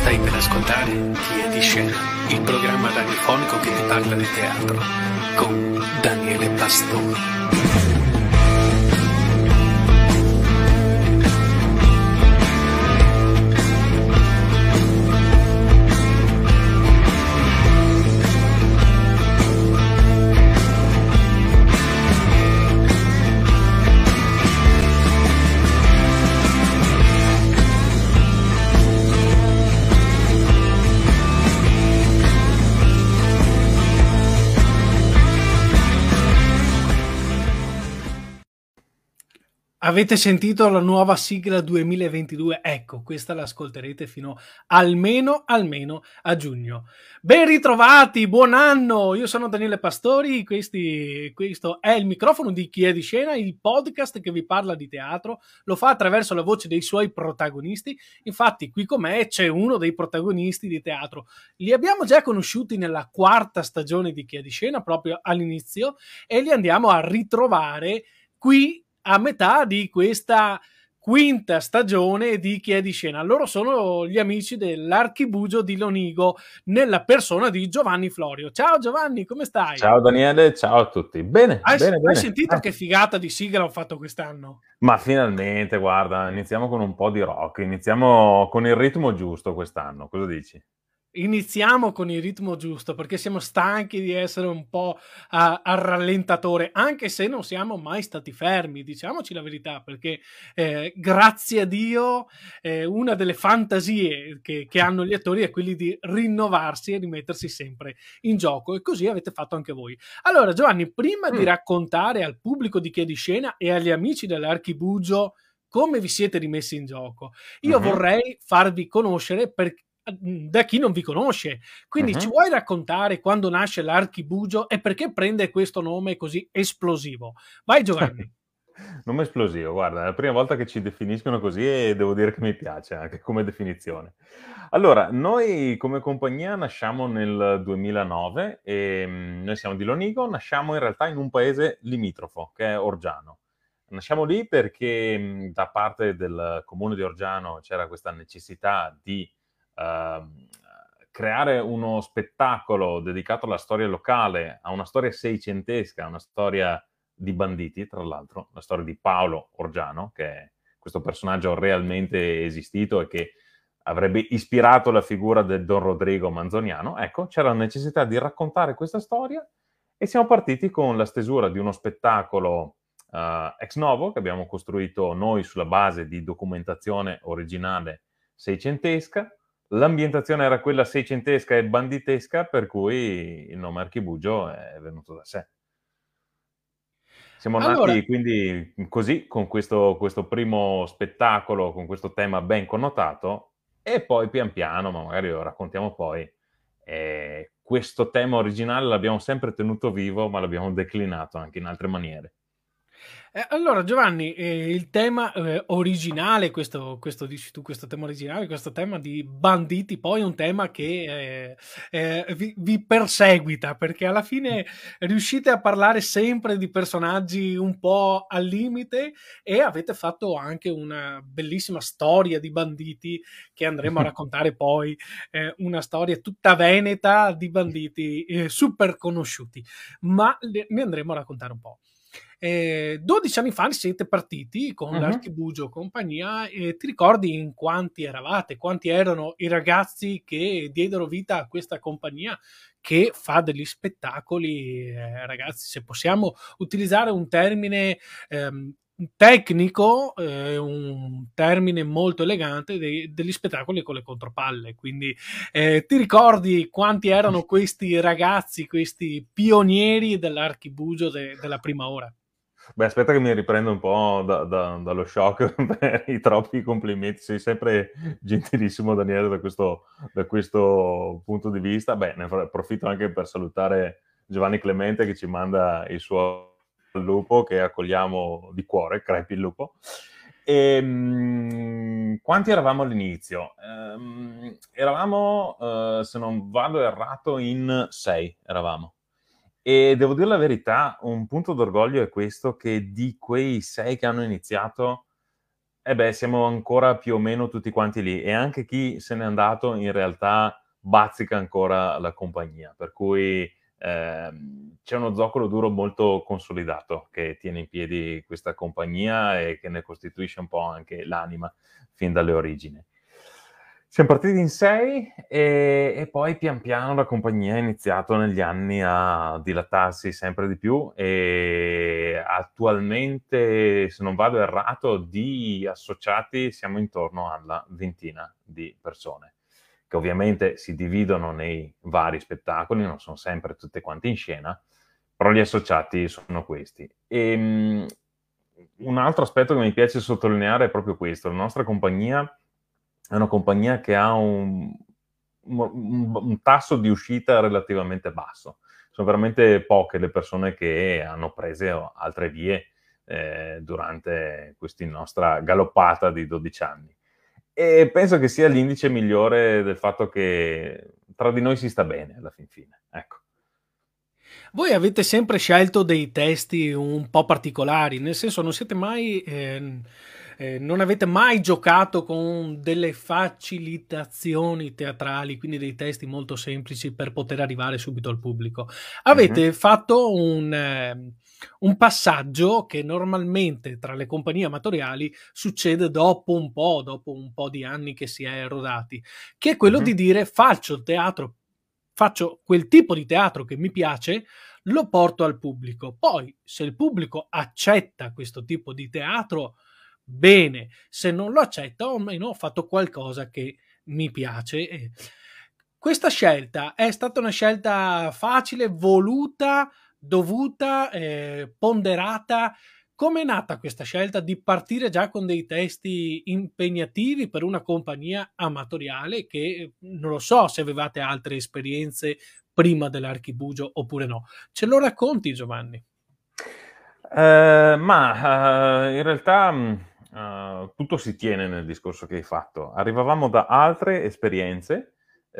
Stai per ascoltare Chi è di scena, il programma radiofonico che ti parla di teatro, con Daniele Pastore. Avete sentito la nuova sigla 2022? Ecco, questa l'ascolterete fino almeno a giugno. Ben ritrovati, buon anno! Io sono Daniele Pastori, questo è il microfono di Chi è di scena, il podcast che vi parla di teatro, lo fa attraverso la voce dei suoi protagonisti. Infatti qui con me c'è uno dei protagonisti di teatro. Li abbiamo già conosciuti nella quarta stagione di Chi è di scena, proprio all'inizio, e li andiamo a ritrovare qui a metà di questa quinta stagione di Chi è di scena. Loro sono gli amici dell'Archibugio di Lonigo, nella persona di Giovanni Florio. Ciao Giovanni, come stai? Ciao Daniele, ciao a tutti. Bene, Hai bene. sentito che figata di sigla ho fatto quest'anno? Ma finalmente, guarda, iniziamo con un po' di rock, iniziamo con il ritmo giusto quest'anno, cosa dici? Iniziamo con il ritmo giusto perché siamo stanchi di essere un po' al rallentatore, anche se non siamo mai stati fermi, diciamoci la verità, perché grazie a Dio una delle fantasie che hanno gli attori è quelli di rinnovarsi e rimettersi sempre in gioco, e così avete fatto anche voi. Allora Giovanni, prima di raccontare al pubblico di Chi è di scena e agli amici dell'Archibugio come vi siete rimessi in gioco, io vorrei farvi conoscere da chi non vi conosce. Quindi ci vuoi raccontare quando nasce l'Archibugio e perché prende questo nome così esplosivo? Vai Giovanni. Nome esplosivo, guarda, è la prima volta che ci definiscono così e devo dire che mi piace anche come definizione. Allora, noi come compagnia nasciamo nel 2009 e noi siamo di Lonigo, nasciamo in realtà in un paese limitrofo che è Orgiano. Nasciamo lì perché da parte del comune di Orgiano c'era questa necessità di creare uno spettacolo dedicato alla storia locale, a una storia seicentesca, una storia di banditi, tra l'altro, la storia di Paolo Orgiano, che è questo personaggio realmente esistito e che avrebbe ispirato la figura del Don Rodrigo Manzoniano. Ecco, c'era la necessità di raccontare questa storia e siamo partiti con la stesura di uno spettacolo ex novo che abbiamo costruito noi sulla base di documentazione originale seicentesca. L'ambientazione era quella seicentesca e banditesca, per cui il nome Archibugio è venuto da sé. Siamo Allora, nati quindi così, con questo primo spettacolo, con questo tema ben connotato, e poi pian piano, ma magari lo raccontiamo poi, questo tema originale l'abbiamo sempre tenuto vivo, ma l'abbiamo declinato anche in altre maniere. allora Giovanni, il tema originale, questo dici tu, questo tema originale, questo tema di banditi, poi è un tema che vi perseguita, perché alla fine riuscite a parlare sempre di personaggi un po' al limite e avete fatto anche una bellissima storia di banditi che andremo a raccontare poi, una storia tutta veneta di banditi super conosciuti, ma ne andremo a raccontare un po'. 12 anni fa siete partiti con l'Archibugio compagnia e ti ricordi in quanti eravate? Quanti erano i ragazzi che diedero vita a questa compagnia che fa degli spettacoli, ragazzi, se possiamo utilizzare un termine tecnico, un termine molto elegante, degli spettacoli con le contropalle. Quindi ti ricordi quanti erano questi ragazzi, questi pionieri dell'Archibugio della prima ora? Beh, aspetta che mi riprendo un po' dallo shock per i troppi complimenti. Sei sempre gentilissimo, Daniele, da questo punto di vista. Beh, ne approfitto anche per salutare Giovanni Clemente che ci manda il suo lupo, che accogliamo di cuore, crepi il lupo. Quanti eravamo all'inizio? Eravamo, se non vado errato, in 6 eravamo. E devo dire la verità, un punto d'orgoglio è questo, che di quei 6 che hanno iniziato, siamo ancora più o meno tutti quanti lì, e anche chi se n'è andato in realtà bazzica ancora la compagnia, per cui c'è uno zoccolo duro molto consolidato che tiene in piedi questa compagnia e che ne costituisce un po' anche l'anima fin dalle origini. Siamo partiti in 6 e poi pian piano la compagnia ha iniziato negli anni a dilatarsi sempre di più, e attualmente, se non vado errato, di associati siamo intorno alla ventina di persone, che ovviamente si dividono nei vari spettacoli, non sono sempre tutte quante in scena, però gli associati sono questi. Un altro aspetto che mi piace sottolineare è proprio questo: la nostra compagnia è una compagnia che ha un tasso di uscita relativamente basso. Sono veramente poche le persone che hanno preso altre vie durante questa nostra galoppata di 12 anni. E penso che sia l'indice migliore del fatto che tra di noi si sta bene alla fin fine. Ecco. Voi avete sempre scelto dei testi un po' particolari, nel senso non siete mai, non avete mai giocato con delle facilitazioni teatrali, quindi dei testi molto semplici per poter arrivare subito al pubblico. Avete fatto un passaggio che normalmente tra le compagnie amatoriali succede dopo un po' di anni che si è rodati, che è quello di dire: faccio teatro, faccio quel tipo di teatro che mi piace, lo porto al pubblico. Poi, se il pubblico accetta questo tipo di teatro, bene; se non lo accetta, o almeno ho fatto qualcosa che mi piace. Questa scelta è stata una scelta facile, voluta, dovuta, ponderata? Come è nata questa scelta di partire già con dei testi impegnativi per una compagnia amatoriale che, non lo so se avevate altre esperienze prima dell'Archibugio oppure no. Ce lo racconti, Giovanni? In realtà tutto si tiene nel discorso che hai fatto. Arrivavamo da altre esperienze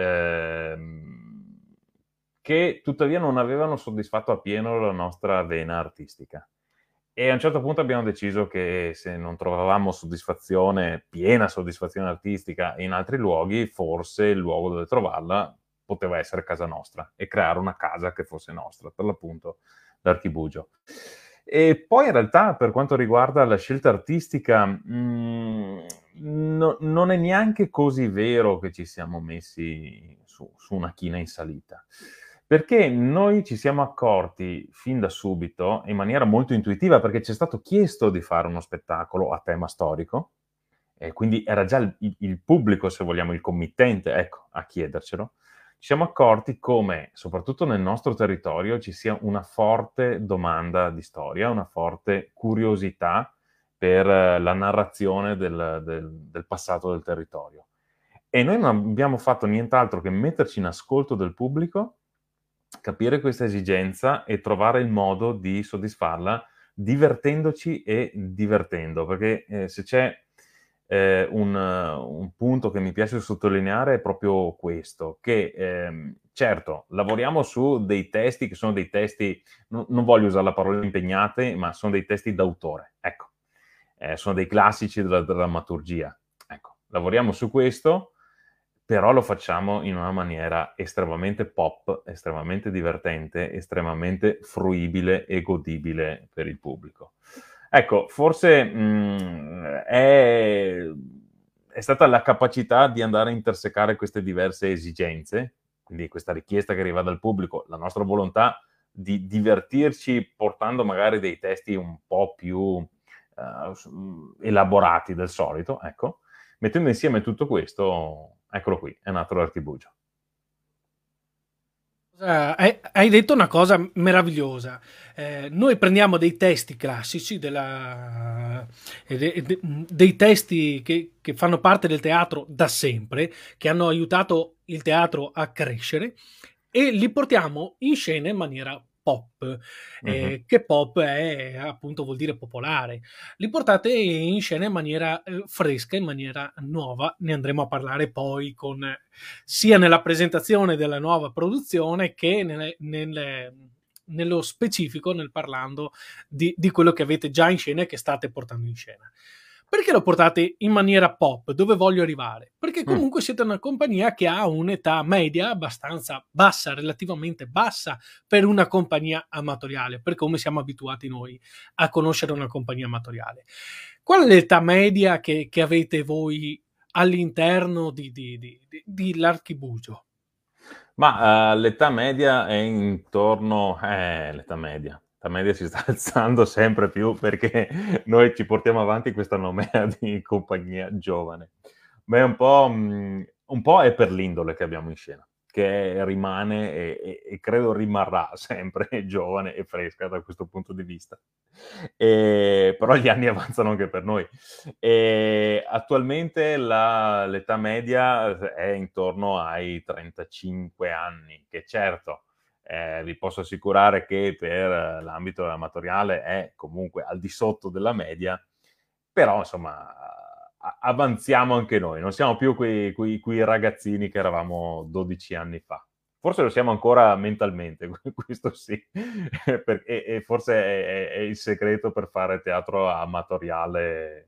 che tuttavia non avevano soddisfatto appieno la nostra vena artistica. E a un certo punto abbiamo deciso che se non trovavamo soddisfazione, piena soddisfazione artistica in altri luoghi, forse il luogo dove trovarla poteva essere casa nostra, e creare una casa che fosse nostra, per l'appunto l'Archibugio. E poi in realtà, per quanto riguarda la scelta artistica, non è neanche così vero che ci siamo messi su una china in salita. Perché noi ci siamo accorti fin da subito, in maniera molto intuitiva, perché ci è stato chiesto di fare uno spettacolo a tema storico, e quindi era già il pubblico, se vogliamo, il committente, ecco, a chiedercelo. Ci siamo accorti come, soprattutto nel nostro territorio, ci sia una forte domanda di storia, una forte curiosità per la narrazione del passato del territorio. E noi non abbiamo fatto nient'altro che metterci in ascolto del pubblico, capire questa esigenza e trovare il modo di soddisfarla divertendoci e divertendo, perché se c'è un punto che mi piace sottolineare è proprio questo, che certo, lavoriamo su dei testi che sono dei testi, non voglio usare la parola impegnate, ma sono dei testi d'autore, ecco, sono dei classici della drammaturgia, ecco, lavoriamo su questo, però lo facciamo in una maniera estremamente pop, estremamente divertente, estremamente fruibile e godibile per il pubblico. Ecco, forse è stata la capacità di andare a intersecare queste diverse esigenze, quindi questa richiesta che arriva dal pubblico, la nostra volontà di divertirci portando magari dei testi un po' più elaborati del solito, ecco, mettendo insieme tutto questo, eccolo qui, è nato l'Archibugio. Hai detto una cosa meravigliosa. Noi prendiamo dei testi classici, dei testi che fanno parte del teatro da sempre, che hanno aiutato il teatro a crescere, e li portiamo in scena in maniera pop, che pop è, appunto, vuol dire popolare. Li portate in scena in maniera fresca, in maniera nuova. Ne andremo a parlare poi sia nella presentazione della nuova produzione che nello specifico, nel parlando di quello che avete già in scena e che state portando in scena. Perché lo portate in maniera pop? Dove voglio arrivare? Perché comunque siete una compagnia che ha un'età media abbastanza bassa, relativamente bassa per una compagnia amatoriale, per come siamo abituati noi a conoscere una compagnia amatoriale. Qual è l'età media che avete voi all'interno di l'Archibugio? Ma l'età media è intorno l'età media. L'età media si sta alzando sempre più perché noi ci portiamo avanti questa nomea di compagnia giovane. Ma è un po' è per l'indole che abbiamo in scena, che rimane e credo rimarrà sempre giovane e fresca da questo punto di vista. Però gli anni avanzano anche per noi. Attualmente l'età media è intorno ai 35 anni, che certo, vi posso assicurare che per l'ambito amatoriale è comunque al di sotto della media, però insomma avanziamo anche noi, non siamo più quei ragazzini che eravamo 12 anni fa. Forse lo siamo ancora mentalmente, questo sì, e forse è il segreto per fare teatro amatoriale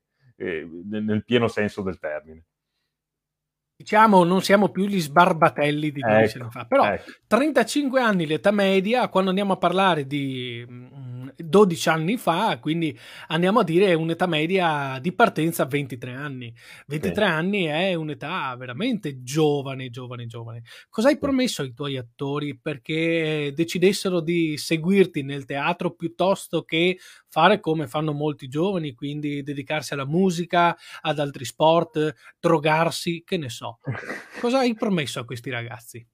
nel pieno senso del termine. Diciamo, non siamo più gli sbarbatelli di 12 anni Ecco, fa, però ecco. 35 anni l'età media, quando andiamo a parlare di 12 anni fa, quindi andiamo a dire un'età media di partenza 23 anni. 23 Sì, anni è un'età veramente giovane, giovane, giovane. Cosa hai sì. promesso ai tuoi attori perché decidessero di seguirti nel teatro piuttosto che fare come fanno molti giovani, quindi dedicarsi alla musica, ad altri sport, drogarsi, che ne so. Cosa hai promesso a questi ragazzi?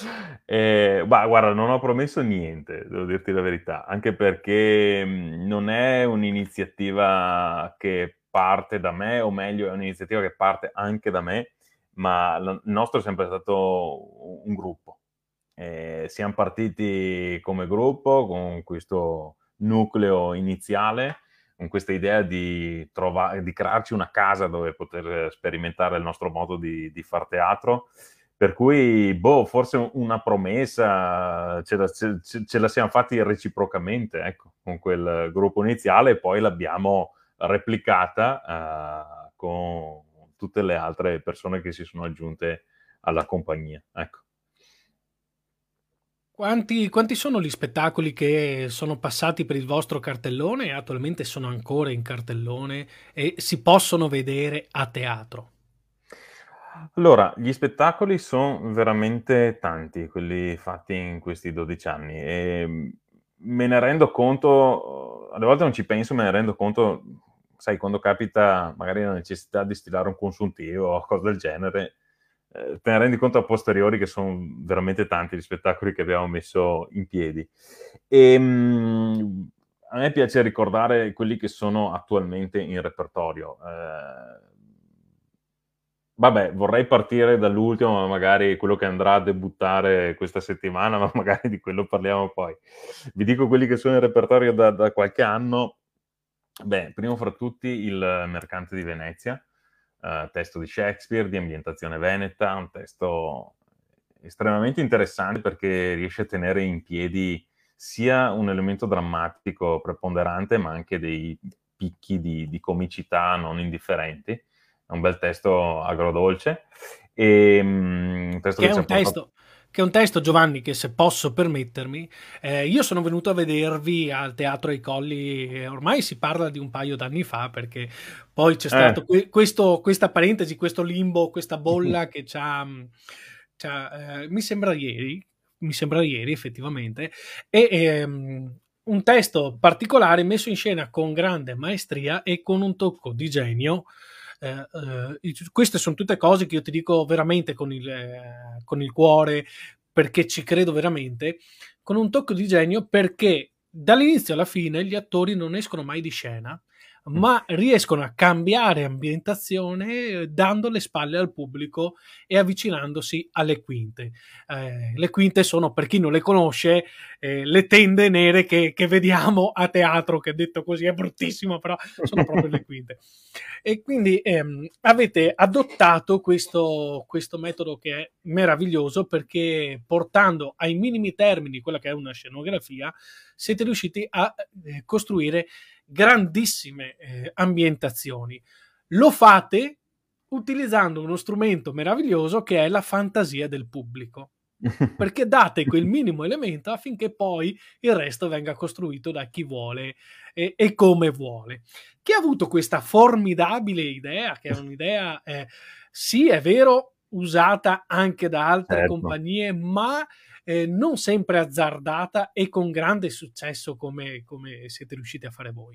Ma guarda, non ho promesso niente, devo dirti la verità, anche perché, non è un'iniziativa che parte da me, o meglio è un'iniziativa che parte anche da me, ma il nostro è sempre stato un gruppo. Siam partiti come gruppo con questo nucleo iniziale, con questa idea di crearci una casa dove poter sperimentare il nostro modo di far teatro, per cui, boh, forse una promessa ce la siam fatti reciprocamente, ecco, con quel gruppo iniziale e poi l'abbiamo replicata, con tutte le altre persone che si sono aggiunte alla compagnia, ecco. Quanti sono gli spettacoli che sono passati per il vostro cartellone e attualmente sono ancora in cartellone e si possono vedere a teatro? Allora, gli spettacoli son veramente tanti, quelli fatti in questi 12 anni, me ne rendo conto, alle volte non ci penso, me ne rendo conto, sai, quando capita magari la necessità di stilare un consuntivo o cose del genere, te ne rendi conto a posteriori che son veramente tanti gli spettacoli che abbiamo messo in piedi. A me piace ricordare quelli che sono attualmente in repertorio. Vabbè, vorrei partire dall'ultimo, ma magari quello che andrà a debuttare questa settimana, ma magari di quello parliamo poi. Vi dico quelli che sono in repertorio da qualche anno. Beh, primo fra tutti Il Mercante di Venezia, testo di Shakespeare, di ambientazione veneta, un testo estremamente interessante perché riesce a tenere in piedi sia un elemento drammatico preponderante, ma anche dei picchi di comicità non indifferenti. È un bel testo agrodolce, un testo Che che è ci ha un portato. testo, che è un testo, Giovanni, che se posso permettermi, io sono venuto a vedervi al Teatro ai Colli, ormai si parla di un paio d'anni fa, perché poi c'è Eh. stato questa parentesi, questo limbo, questa bolla che mi sembra ieri effettivamente, e un testo particolare messo in scena con grande maestria e con un tocco di genio. Queste sono tutte cose che io ti dico veramente con il cuore, perché ci credo veramente, con un tocco di genio, perché dall'inizio alla fine gli attori non escono mai di scena, ma riescono a cambiare ambientazione dando le spalle al pubblico e avvicinandosi alle quinte. Le quinte sono, per chi non le conosce, le tende nere che vediamo a teatro, che detto così è bruttissimo, però sono proprio le quinte. E quindi avete adottato questo metodo che è meraviglioso, perché portando ai minimi termini quella che è una scenografia siete riusciti a costruire grandissime ambientazioni. Lo fate utilizzando uno strumento meraviglioso che è la fantasia del pubblico, perché date quel minimo elemento affinché poi il resto venga costruito da chi vuole e come vuole. Chi ha avuto questa formidabile idea, che è un'idea, sì, è vero, usata anche da altre compagnie, ma non sempre azzardata e con grande successo come siete riusciti a fare voi?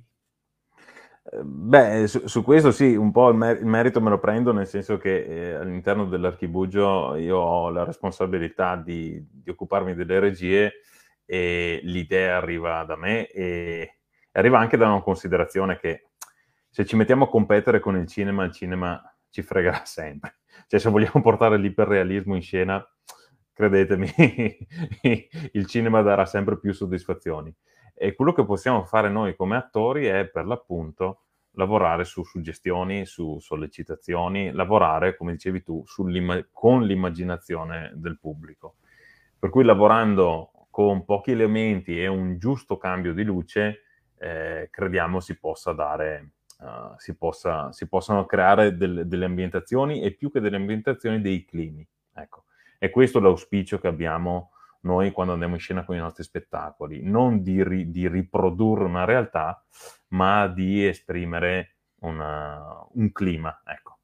Beh, su questo sì, un po' il merito me lo prendo, nel senso che all'interno dell'Archibugio io ho la responsabilità di occuparmi delle regie e l'idea arriva da me e arriva anche da una considerazione che se ci mettiamo a competere con il cinema ci fregherà sempre. Cioè, se vogliamo portare l'iperrealismo in scena, credetemi, il cinema darà sempre più soddisfazioni. E quello che possiamo fare noi come attori è, per l'appunto, lavorare su suggestioni, su sollecitazioni, lavorare, come dicevi tu, con l'immaginazione del pubblico. Per cui lavorando con pochi elementi e un giusto cambio di luce, crediamo si possa dare, si possano creare delle ambientazioni e più che delle ambientazioni dei climi. Ecco. E questo è l'auspicio che abbiamo noi quando andiamo in scena con i nostri spettacoli, non di riprodurre una realtà, ma di esprimere un clima, ecco,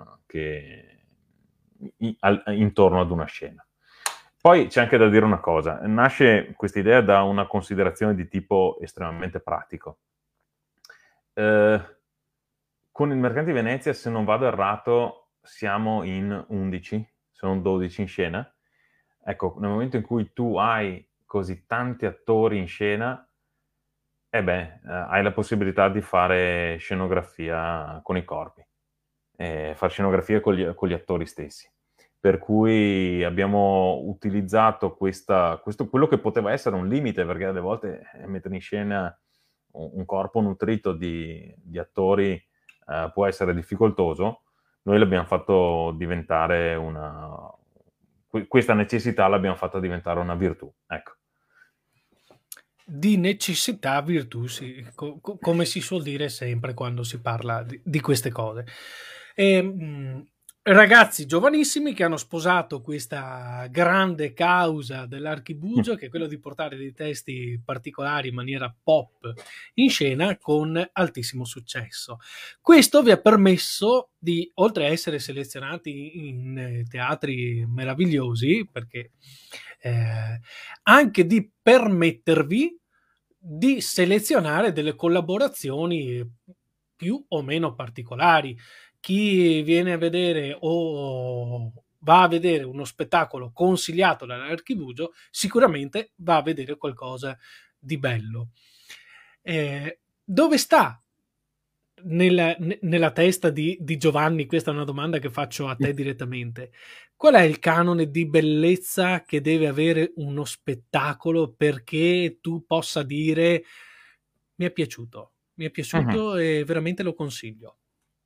intorno ad una scena. Poi c'è anche da dire una cosa, nasce questa idea da una considerazione di tipo estremamente pratico. Con il Mercante di Venezia, se non vado errato, siamo in 11, sono 12 in scena. Ecco, nel momento in cui tu hai così tanti attori in scena, hai la possibilità di fare scenografia con i corpi, fare scenografia con gli attori stessi. Per cui abbiamo utilizzato questo, quello che poteva essere un limite, perché alle volte mettere in scena un corpo nutrito di attori può essere difficoltoso. Noi l'abbiamo fatto diventare questa necessità l'abbiamo fatta diventare una virtù, ecco. Di necessità virtù, sì, come si suol dire sempre quando si parla di queste cose. Ragazzi giovanissimi che hanno sposato questa grande causa dell'Archibugio, che è quello di portare dei testi particolari in maniera pop in scena con altissimo successo. Questo vi ha permesso di, oltre a essere selezionati in teatri meravigliosi, perché anche di permettervi di selezionare delle collaborazioni più o meno particolari. Chi viene a vedere o va a vedere uno spettacolo consigliato dall'Archibugio sicuramente va a vedere qualcosa di bello. Dove sta nella testa di Giovanni, questa è una domanda che faccio a te direttamente, qual è il canone di bellezza che deve avere uno spettacolo perché tu possa dire mi è piaciuto e veramente lo consiglio?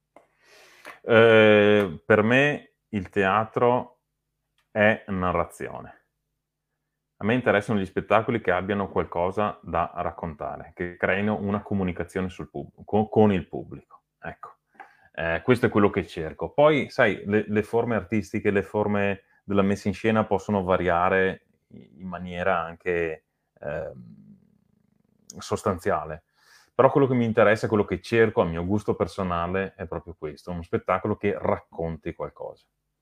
Per me il teatro è narrazione. A me interessano gli spettacoli che abbiano qualcosa da raccontare, che creino una comunicazione con il pubblico. Ecco, questo è quello che cerco. Poi, sai, le forme artistiche, le forme della messa in scena possono variare in maniera anche sostanziale. Però quello che mi interessa, quello che cerco a mio gusto personale è proprio questo, uno spettacolo che racconti qualcosa.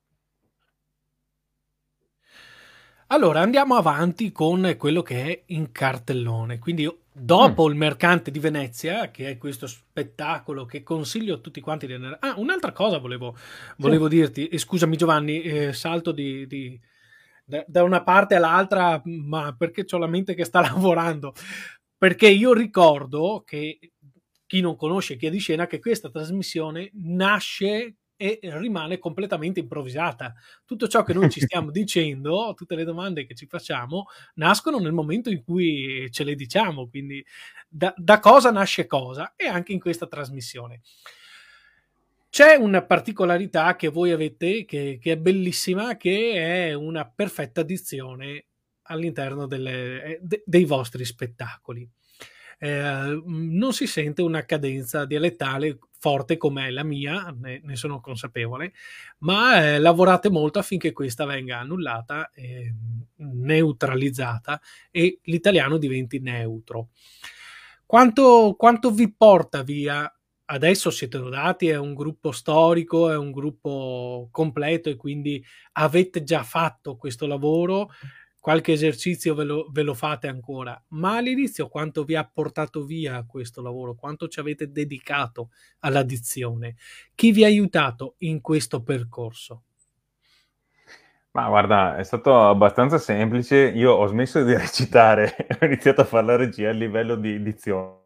Allora andiamo avanti con quello che è in cartellone. Quindi dopo il Mercante di Venezia, che è questo spettacolo che consiglio a tutti quanti di andare. Ah, un'altra cosa volevo dirti, e scusami Giovanni, salto da una parte all'altra, ma perché c'ho la mente che sta lavorando. Perché io ricordo che chi non conosce chi è di scena, che questa trasmissione nasce e rimane completamente improvvisata. Tutto ciò che noi ci stiamo dicendo, tutte le domande che ci facciamo, nascono nel momento in cui ce le diciamo, quindi da cosa nasce cosa, e anche in questa trasmissione. C'è una particolarità che voi avete, che è bellissima, che è una perfetta dizione all'interno dei vostri spettacoli. non si sente una cadenza dialettale forte come la mia, ne sono consapevole, ma lavorate molto affinché questa venga annullata, neutralizzata e l'italiano diventi neutro. Quanto vi porta via? Adesso siete rodati, è un gruppo storico, è un gruppo completo e quindi avete già fatto questo lavoro, qualche esercizio ve lo fate ancora, ma all'inizio quanto vi ha portato via questo lavoro? Quanto ci avete dedicato alla dizione? Chi vi ha aiutato in questo percorso? Ma guarda, è stato abbastanza semplice. Io ho smesso di recitare, ho iniziato a fare la regia a livello di dizione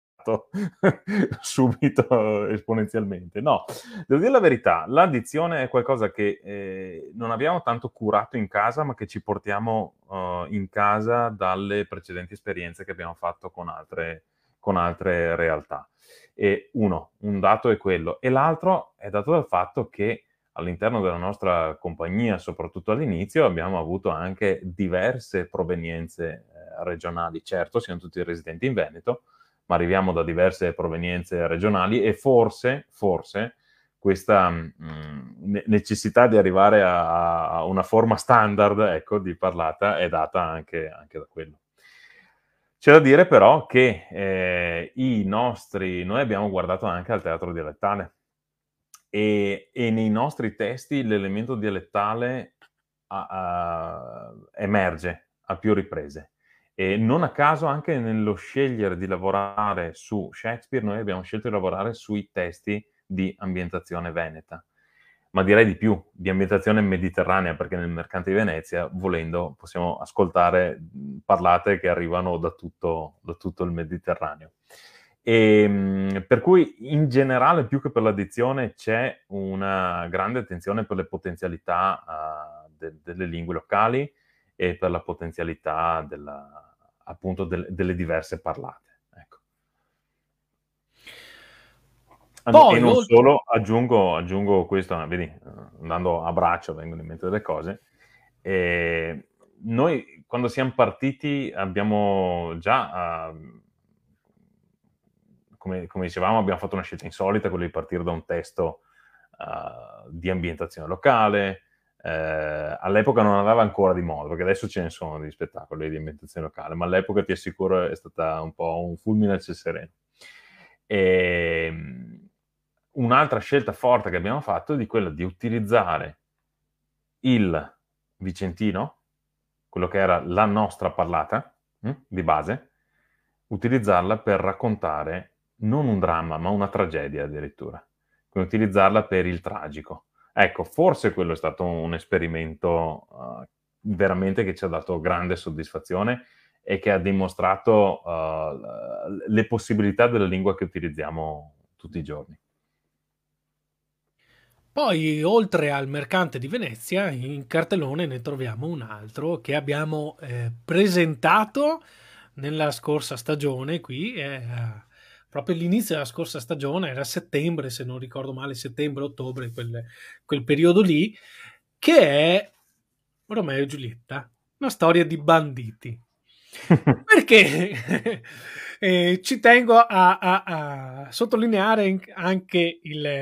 subito esponenzialmente. No, devo dire la verità, la dizione è qualcosa che non abbiamo tanto curato in casa, ma che ci portiamo in casa dalle precedenti esperienze che abbiamo fatto con altre realtà. E un dato è quello, e l'altro è dato dal fatto che all'interno della nostra compagnia, soprattutto all'inizio, abbiamo avuto anche diverse provenienze regionali. Certo, siamo tutti residenti in Veneto, ma arriviamo da diverse provenienze regionali e forse questa necessità di arrivare a una forma standard, ecco, di parlata è data anche da quello. C'è da dire però che noi abbiamo guardato anche al teatro dialettale e nei nostri testi l'elemento dialettale emerge a più riprese. E non a caso anche nello scegliere di lavorare su Shakespeare, noi abbiamo scelto di lavorare sui testi di ambientazione veneta, ma direi di più, di ambientazione mediterranea, perché nel Mercante di Venezia, volendo, possiamo ascoltare parlate che arrivano da tutto il Mediterraneo. Per cui in generale, più che per la dizione, c'è una grande attenzione per le potenzialità delle lingue locali e per la potenzialità appunto delle diverse parlate. Ecco. Poi, E non solo, aggiungo questo, vedi, andando a braccio vengono in mente delle cose. Noi quando siamo partiti abbiamo già, come dicevamo, abbiamo fatto una scelta insolita, quella di partire da un testo di ambientazione locale. All'epoca non andava ancora di moda, perché adesso ce ne sono di spettacoli di ambientazione locale, ma all'epoca ti assicuro è stata un po' un fulmine al ciel sereno. Un'altra scelta forte che abbiamo fatto è di quella di utilizzare il vicentino, quello che era la nostra parlata di base, utilizzarla per raccontare non un dramma, ma una tragedia addirittura. Quindi utilizzarla per il tragico. Ecco, forse quello è stato un esperimento veramente che ci ha dato grande soddisfazione e che ha dimostrato le possibilità della lingua che utilizziamo tutti i giorni. Poi, oltre al Mercante di Venezia, in cartellone ne troviamo un altro che abbiamo presentato nella scorsa stagione qui, proprio all'inizio della scorsa stagione, era settembre, se non ricordo male, settembre-ottobre, quel periodo lì, che è Romeo e Giulietta, una storia di banditi. Perché ci tengo a sottolineare anche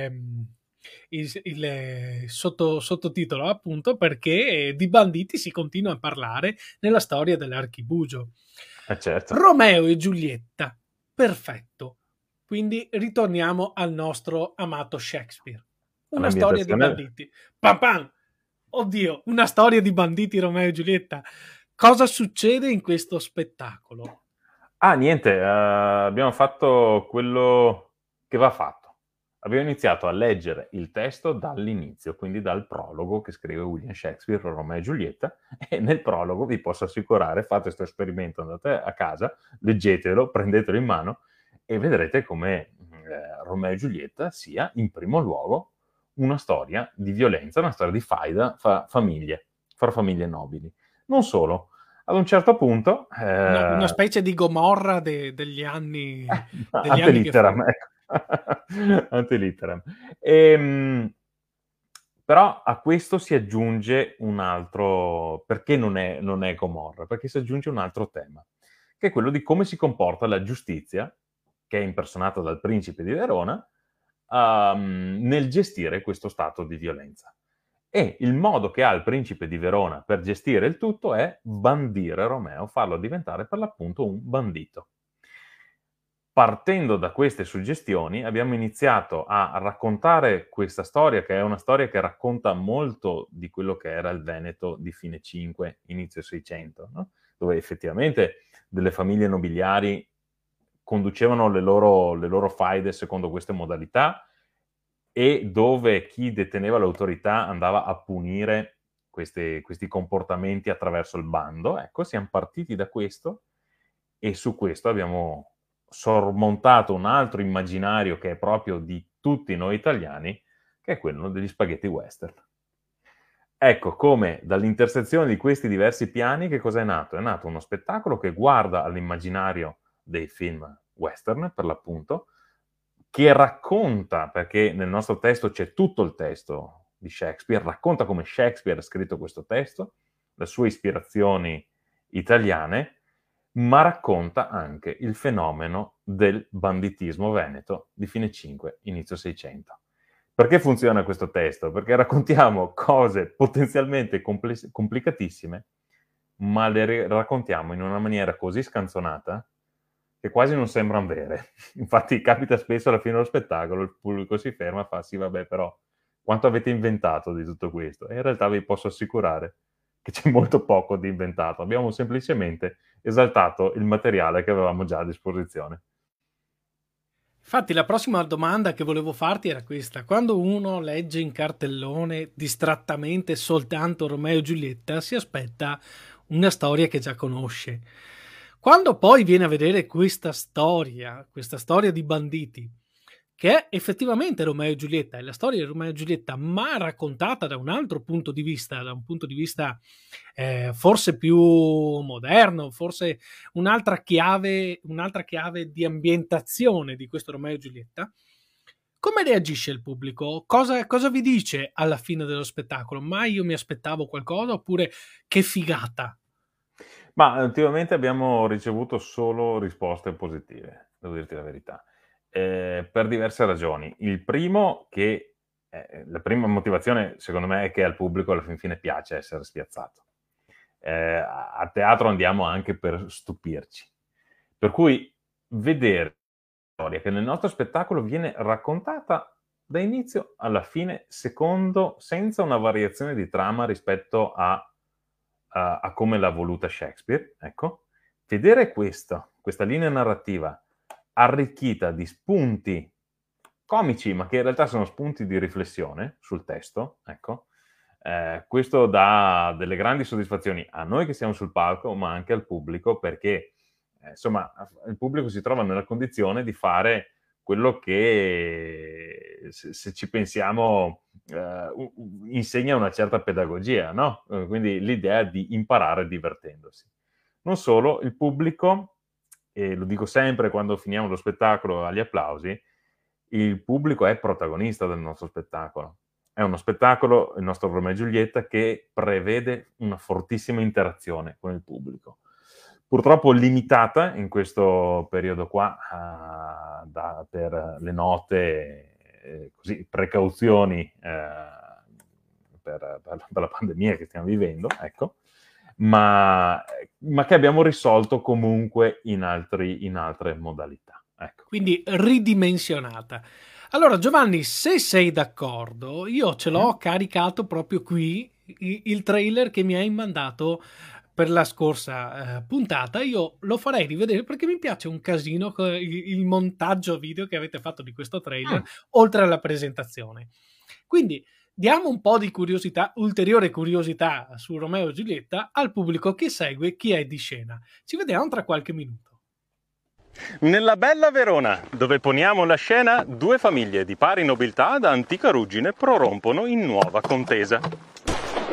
il sottotitolo, appunto, perché di banditi si continua a parlare nella storia dell'Archibugio. Certo. Romeo e Giulietta, perfetto. Quindi ritorniamo al nostro amato Shakespeare. Una storia di banditi. Pam pam! Oddio, una storia di banditi, Romeo e Giulietta. Cosa succede in questo spettacolo? Niente, abbiamo fatto quello che va fatto. Abbiamo iniziato a leggere il testo dall'inizio, quindi dal prologo che scrive William Shakespeare, Romeo e Giulietta, e nel prologo vi posso assicurare, fate questo esperimento, andate a casa, leggetelo, prendetelo in mano e vedrete come Romeo e Giulietta sia in primo luogo una storia di violenza, una storia di faida fra famiglie nobili. Non solo, ad un certo punto... Una specie di Gomorra degli anni... ante litteram, ecco. Ante litteram. Però a questo si aggiunge un altro... Perché non è Gomorra? Perché si aggiunge un altro tema, che è quello di come si comporta la giustizia, che è impersonata dal principe di Verona, nel gestire questo stato di violenza. E il modo che ha il principe di Verona per gestire il tutto è bandire Romeo, farlo diventare per l'appunto un bandito. Partendo da queste suggestioni abbiamo iniziato a raccontare questa storia, che è una storia che racconta molto di quello che era il Veneto di fine 5, inizio 600, no? Dove effettivamente delle famiglie nobiliari conducevano le loro faide secondo queste modalità, e dove chi deteneva l'autorità andava a punire questi comportamenti attraverso il bando. Ecco, siamo partiti da questo e su questo abbiamo sormontato un altro immaginario che è proprio di tutti noi italiani, che è quello degli spaghetti western. Ecco come dall'intersezione di questi diversi piani che cosa è nato? È nato uno spettacolo che guarda all'immaginario dei film western, per l'appunto, che racconta, perché nel nostro testo c'è tutto il testo di Shakespeare, racconta come Shakespeare ha scritto questo testo, le sue ispirazioni italiane, ma racconta anche il fenomeno del banditismo veneto di fine 5, inizio 600. Perché funziona questo testo? Perché raccontiamo cose potenzialmente complicatissime, ma le raccontiamo in una maniera così scanzonata che quasi non sembrano vere. Infatti capita spesso alla fine dello spettacolo, il pubblico si ferma e fa: sì, vabbè, però quanto avete inventato di tutto questo? E in realtà vi posso assicurare che c'è molto poco di inventato. Abbiamo semplicemente esaltato il materiale che avevamo già a disposizione. Infatti la prossima domanda che volevo farti era questa: quando uno legge in cartellone distrattamente soltanto Romeo e Giulietta, si aspetta una storia che già conosce. Quando poi viene a vedere questa storia di banditi, che è effettivamente Romeo e Giulietta, è la storia di Romeo e Giulietta, ma raccontata da un altro punto di vista, forse più moderno, forse un'altra chiave di ambientazione di questo Romeo e Giulietta, come reagisce il pubblico? Cosa vi dice alla fine dello spettacolo? Ma io mi aspettavo qualcosa, oppure che figata? Ma ultimamente abbiamo ricevuto solo risposte positive, devo dirti la verità, per diverse ragioni. Il primo, che la prima motivazione secondo me è che al pubblico alla fin fine piace essere spiazzato. A teatro andiamo anche per stupirci, per cui vedere la storia che nel nostro spettacolo viene raccontata da inizio alla fine, senza una variazione di trama rispetto a come l'ha voluta Shakespeare, ecco, vedere questa linea narrativa arricchita di spunti comici, ma che in realtà sono spunti di riflessione sul testo, ecco, questo dà delle grandi soddisfazioni a noi che siamo sul palco, ma anche al pubblico, perché insomma il pubblico si trova nella condizione di fare quello che, se ci pensiamo, insegna una certa pedagogia, no? Quindi l'idea di imparare divertendosi. Non solo, il pubblico, e lo dico sempre quando finiamo lo spettacolo agli applausi, il pubblico è protagonista del nostro spettacolo. È uno spettacolo, il nostro Romeo e Giulietta, che prevede una fortissima interazione con il pubblico. Purtroppo limitata in questo periodo qua per le note così, precauzioni per la pandemia che stiamo vivendo, ecco, ma che abbiamo risolto comunque in altre modalità. Ecco. Quindi ridimensionata. Allora Giovanni, se sei d'accordo, io ce l'ho caricato proprio qui, il trailer che mi hai mandato per la scorsa puntata. Io lo farei rivedere perché mi piace un casino il montaggio video che avete fatto di questo trailer, oltre alla presentazione. Quindi diamo un po' di curiosità, ulteriore curiosità su Romeo e Giulietta al pubblico che segue Chi è di scena. Ci vediamo tra qualche minuto. Nella bella Verona, dove poniamo la scena, due famiglie di pari nobiltà da antica ruggine prorompono in nuova contesa.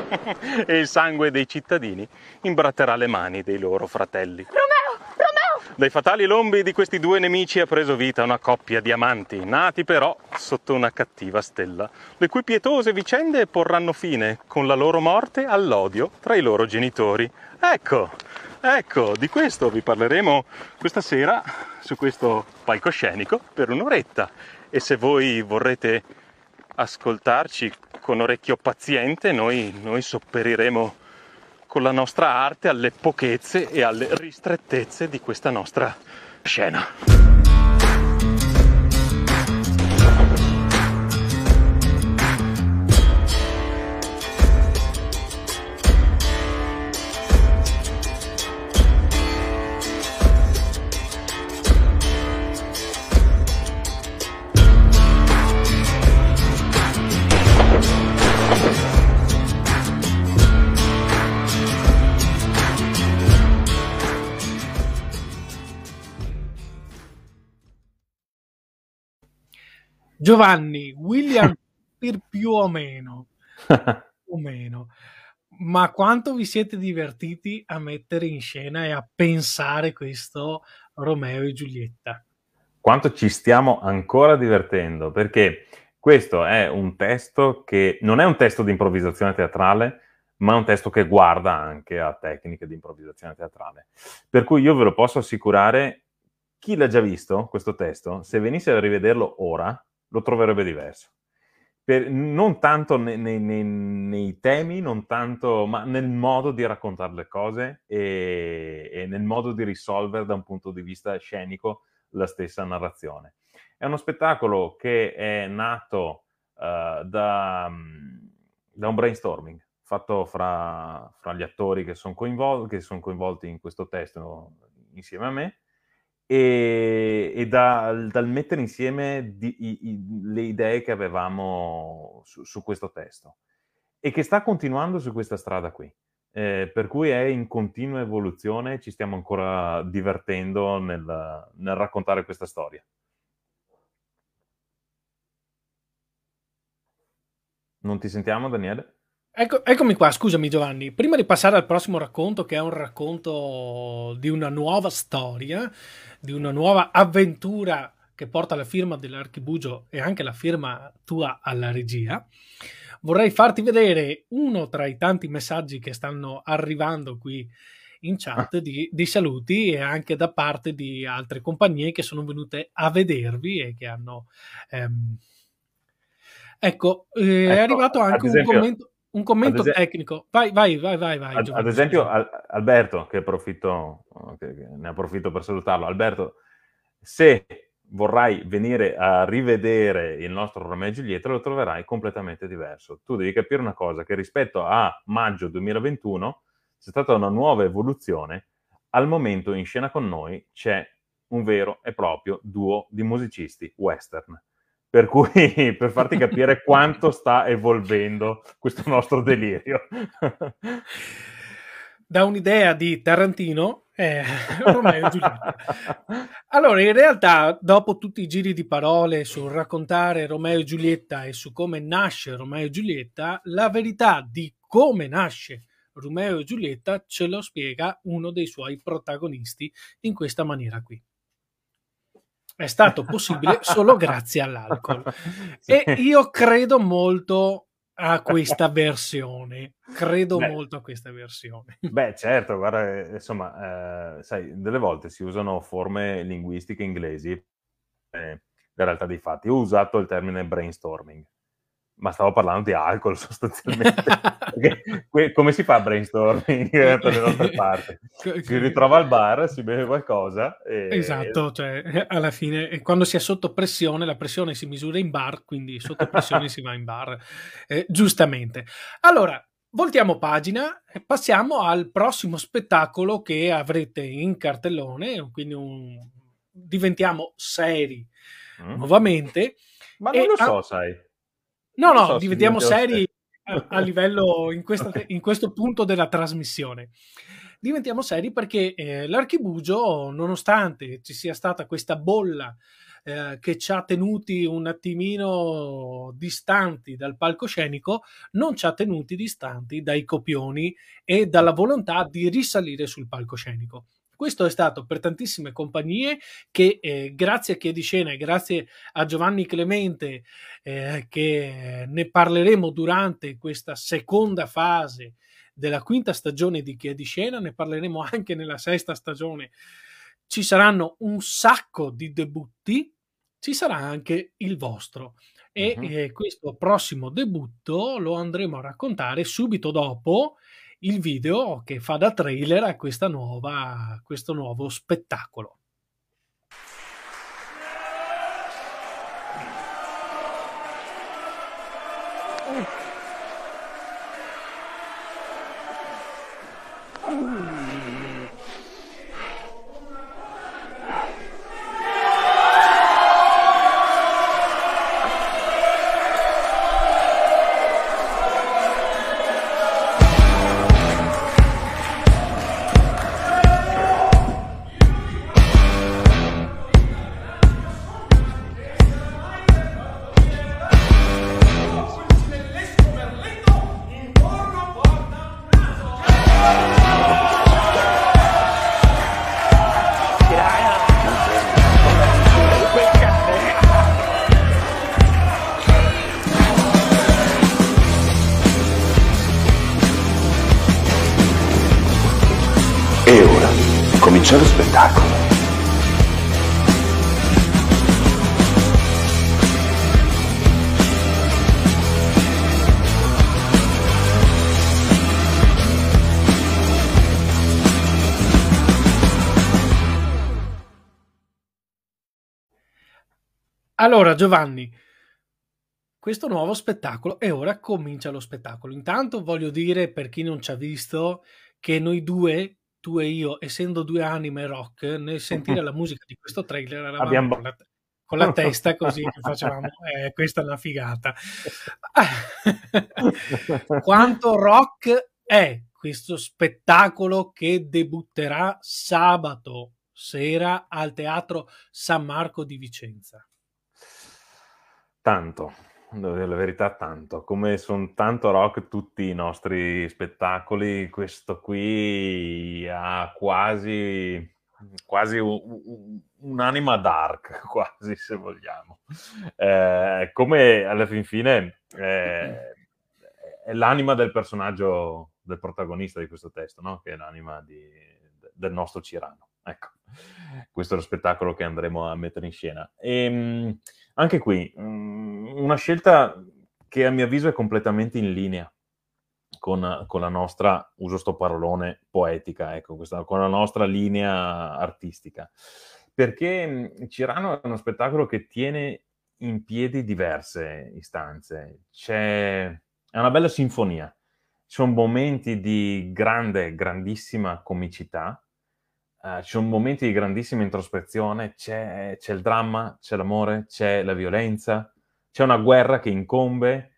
E il sangue dei cittadini imbratterà le mani dei loro fratelli. Romeo! Dai fatali lombi di questi due nemici ha preso vita una coppia di amanti, nati però sotto una cattiva stella, le cui pietose vicende porranno fine con la loro morte all'odio tra i loro genitori. Ecco, di questo vi parleremo questa sera su questo palcoscenico per un'oretta. E se voi vorrete ascoltarci con orecchio paziente, noi sopperiremo con la nostra arte alle pochezze e alle ristrettezze di questa nostra scena. Giovanni, William più o meno, ma quanto vi siete divertiti a mettere in scena e a pensare questo Romeo e Giulietta? Quanto ci stiamo ancora divertendo, perché questo è un testo che non è un testo di improvvisazione teatrale, ma è un testo che guarda anche a tecniche di improvvisazione teatrale. Per cui io ve lo posso assicurare, chi l'ha già visto, questo testo, se venisse a rivederlo ora, lo troverebbe diverso. Non tanto nei temi, non tanto, ma nel modo di raccontare le cose e nel modo di risolvere da un punto di vista scenico la stessa narrazione. È uno spettacolo che è nato da un brainstorming fatto fra gli attori che sono coinvolti in questo testo insieme a me, e dal mettere insieme le idee che avevamo su questo testo, e che sta continuando su questa strada qui. Per cui è in continua evoluzione, ci stiamo ancora divertendo nel raccontare questa storia. Non ti sentiamo, Daniele? Eccomi qua, scusami Giovanni. Prima di passare al prossimo racconto, che è un racconto di una nuova storia, di una nuova avventura che porta la firma dell'Archibugio e anche la firma tua alla regia, vorrei farti vedere uno tra i tanti messaggi che stanno arrivando qui in chat di saluti, e anche da parte di altre compagnie che sono venute a vedervi e che hanno... Ecco, è arrivato anche un commento tecnico. Vai, Giovanni. Ad esempio, Alberto, che ne approfitto per salutarlo. Alberto, se vorrai venire a rivedere il nostro Romeo e Giulietta, lo troverai completamente diverso. Tu devi capire una cosa, che rispetto a maggio 2021 c'è stata una nuova evoluzione. Al momento in scena con noi c'è un vero e proprio duo di musicisti western. Per cui, per farti capire quanto sta evolvendo questo nostro delirio. Da un'idea di Tarantino, Romeo e Giulietta. Allora, in realtà, dopo tutti i giri di parole sul raccontare Romeo e Giulietta e su come nasce Romeo e Giulietta, la verità di come nasce Romeo e Giulietta ce lo spiega uno dei suoi protagonisti in questa maniera qui. È stato possibile solo grazie all'alcol. Sì. E io credo molto a questa versione. Molto a questa versione. Beh, certo, guarda, insomma, sai, delle volte si usano forme linguistiche inglesi, la realtà dei fatti. Io ho usato il termine brainstorming, ma stavo parlando di alcol sostanzialmente. Come si fa brainstorming per le nostre parti? Si ritrova al bar, si beve qualcosa. Esatto, cioè alla fine quando si è sotto pressione, la pressione si misura in bar, quindi sotto pressione si va in bar, giustamente. Allora, voltiamo pagina e passiamo al prossimo spettacolo che avrete in cartellone, quindi diventiamo seri nuovamente. Ma non lo so, sai. No, diventiamo seri a livello in questo punto della trasmissione. Diventiamo seri perché l'Archibugio, nonostante ci sia stata questa bolla che ci ha tenuti un attimino distanti dal palcoscenico, non ci ha tenuti distanti dai copioni e dalla volontà di risalire sul palcoscenico. Questo è stato per tantissime compagnie che grazie a Chi è di Scena e grazie a Giovanni Clemente che ne parleremo durante questa seconda fase della quinta stagione di Chi è di Scena, ne parleremo anche nella sesta stagione. Ci saranno un sacco di debutti, ci sarà anche il vostro. E questo prossimo debutto lo andremo a raccontare subito dopo il video che fa da trailer a questo nuovo spettacolo. E ora comincia lo spettacolo. Allora, Giovanni, questo nuovo spettacolo e ora comincia lo spettacolo. Intanto voglio dire, per chi non ci ha visto, che noi due, tu e io, essendo due anime rock, nel sentire la musica di questo trailer eravamo con la testa così che facevamo, questa è una figata. Quanto rock è questo spettacolo che debutterà sabato sera al Teatro San Marco di Vicenza? Tanto, devo dire la verità, tanto. Come sono tanto rock tutti i nostri spettacoli, questo qui ha quasi un'anima dark, quasi, se vogliamo. Come alla fin fine è l'anima del personaggio, del protagonista di questo testo, no? Che è l'anima del nostro Cirano. Ecco, questo è lo spettacolo che andremo a mettere in scena. Anche qui, una scelta che a mio avviso è completamente in linea con la nostra, uso sto parolone, poetica, ecco, con la nostra linea artistica. Perché Cirano è uno spettacolo che tiene in piedi diverse istanze. È una bella sinfonia. Ci sono momenti di grandissima comicità, ci sono momenti di grandissima introspezione, c'è il dramma, c'è l'amore, c'è la violenza, c'è una guerra che incombe,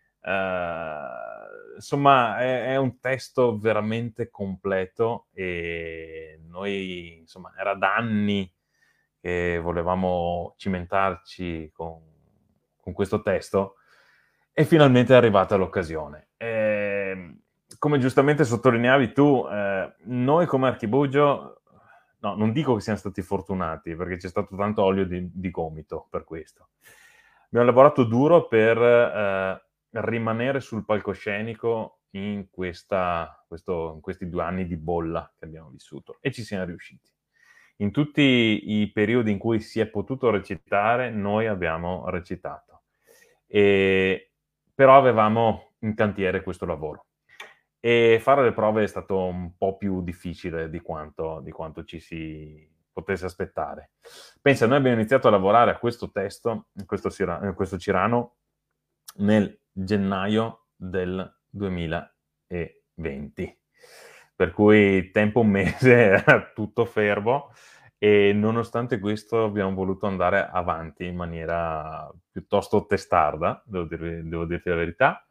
insomma è un testo veramente completo e noi, insomma, era da anni che volevamo cimentarci con questo testo e finalmente è arrivata l'occasione. Come giustamente sottolineavi tu, noi come Archibugio, no, non dico che siamo stati fortunati, perché c'è stato tanto olio di gomito per questo. Abbiamo lavorato duro per rimanere sul palcoscenico in questi 2 anni di bolla che abbiamo vissuto e ci siamo riusciti. In tutti i periodi in cui si è potuto recitare, noi abbiamo recitato. Però avevamo in cantiere questo lavoro. E fare le prove è stato un po' più difficile di quanto ci si potesse aspettare. Pensa, noi abbiamo iniziato a lavorare a questo testo, questo Cirano, nel gennaio del 2020. Per cui tempo un mese era tutto fermo e nonostante questo abbiamo voluto andare avanti in maniera piuttosto testarda, devo dirti la verità.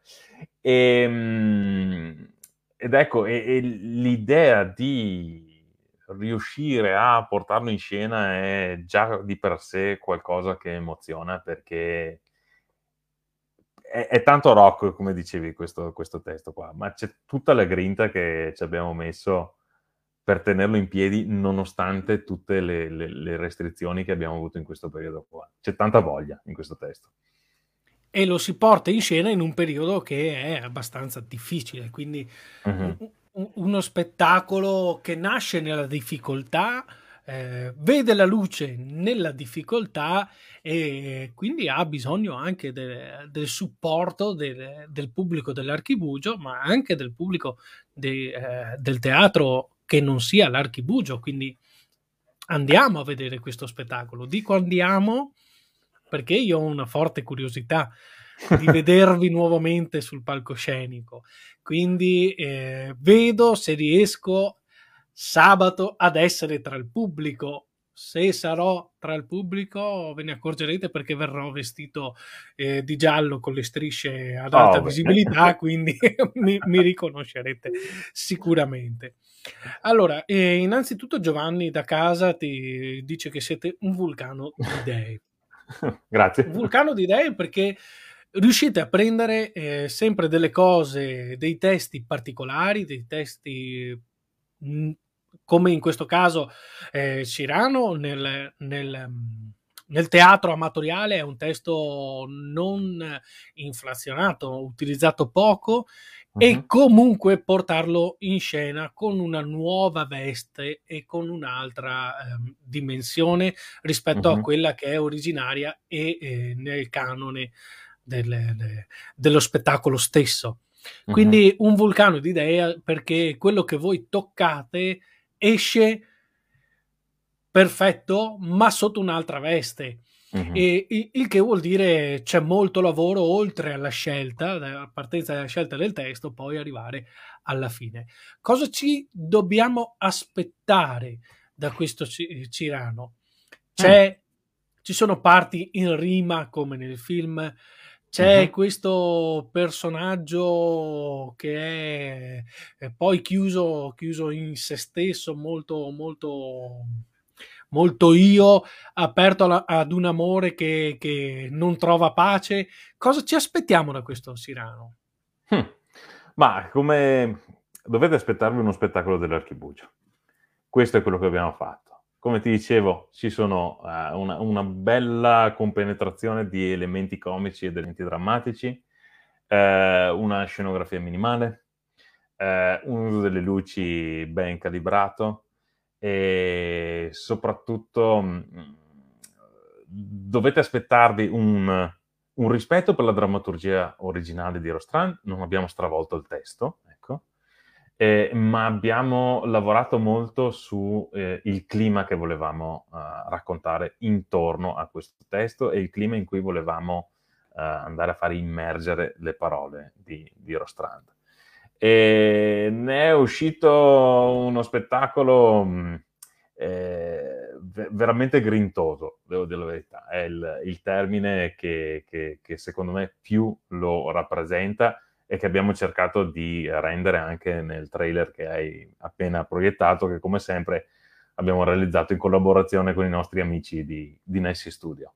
Ed ecco, l'idea di riuscire a portarlo in scena è già di per sé qualcosa che emoziona, perché è tanto rock, come dicevi, questo testo qua, ma c'è tutta la grinta che ci abbiamo messo per tenerlo in piedi nonostante tutte le restrizioni che abbiamo avuto in questo periodo qua. C'è tanta voglia in questo testo. E lo si porta in scena in un periodo che è abbastanza difficile, quindi uno spettacolo che nasce nella difficoltà, vede la luce nella difficoltà e quindi ha bisogno anche del supporto del pubblico dell'Archibugio, ma anche del pubblico del teatro che non sia l'Archibugio. Quindi andiamo a vedere questo spettacolo. Dico andiamo perché io ho una forte curiosità di vedervi nuovamente sul palcoscenico. Quindi vedo se riesco sabato ad essere tra il pubblico. Se sarò tra il pubblico ve ne accorgerete perché verrò vestito di giallo con le strisce ad alta visibilità, quindi mi riconoscerete sicuramente. Allora, innanzitutto Giovanni da casa ti dice che siete un vulcano di idee. Grazie. Un vulcano di idee perché riuscite a prendere sempre delle cose, dei testi particolari, dei testi come in questo caso Cyrano nel teatro amatoriale è un testo non inflazionato, utilizzato poco, e comunque portarlo in scena con una nuova veste e con un'altra dimensione rispetto a quella che è originaria e nel canone dello spettacolo stesso. Quindi un vulcano di idee perché quello che voi toccate esce perfetto ma sotto un'altra veste. E il che vuol dire c'è molto lavoro oltre alla scelta, dalla partenza della scelta del testo, poi arrivare alla fine. Cosa ci dobbiamo aspettare da questo Cyrano? Ci sono parti in rima come nel film, c'è questo personaggio che è poi chiuso in se stesso, molto molto molto io, aperto ad un amore che non trova pace. Cosa ci aspettiamo da questo Cyrano? Ma come dovete aspettarvi uno spettacolo dell'Archibugio. Questo è quello che abbiamo fatto. Come ti dicevo, ci sono una bella compenetrazione di elementi comici ed elementi drammatici, una scenografia minimale, un uso delle luci ben calibrato, e soprattutto dovete aspettarvi un rispetto per la drammaturgia originale di Rostrand. Non abbiamo stravolto il testo, ecco, ma abbiamo lavorato molto su il clima che volevamo raccontare intorno a questo testo e il clima in cui volevamo andare a fare immergere le parole di Rostrand. E ne è uscito uno spettacolo veramente grintoso, devo dire la verità. È il termine che secondo me più lo rappresenta e che abbiamo cercato di rendere anche nel trailer che hai appena proiettato, che come sempre abbiamo realizzato in collaborazione con i nostri amici di Nessi Studio.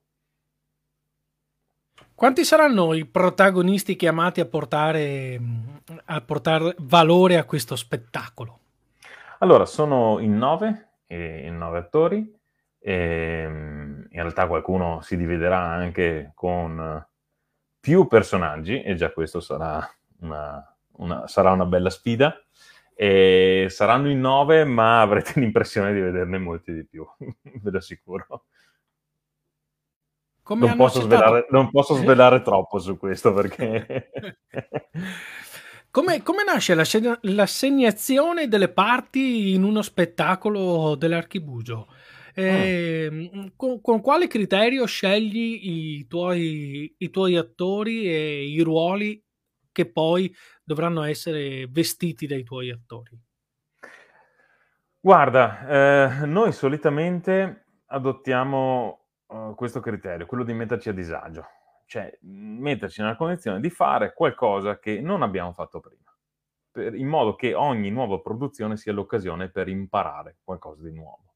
Quanti saranno i protagonisti chiamati a portare valore a questo spettacolo? Allora, sono in 9 attori, in realtà qualcuno si dividerà anche con più personaggi, e già questo sarà una bella sfida. E saranno in 9, ma avrete l'impressione di vederne molti di più, ve lo assicuro. Non posso svelare troppo su questo perché... Come nasce l'assegnazione delle parti in uno spettacolo dell'Archibugio? Con quale criterio scegli i tuoi attori e i ruoli che poi dovranno essere vestiti dai tuoi attori? Guarda, noi solitamente adottiamo questo criterio, quello di metterci a disagio, cioè metterci nella condizione di fare qualcosa che non abbiamo fatto prima, in modo che ogni nuova produzione sia l'occasione per imparare qualcosa di nuovo.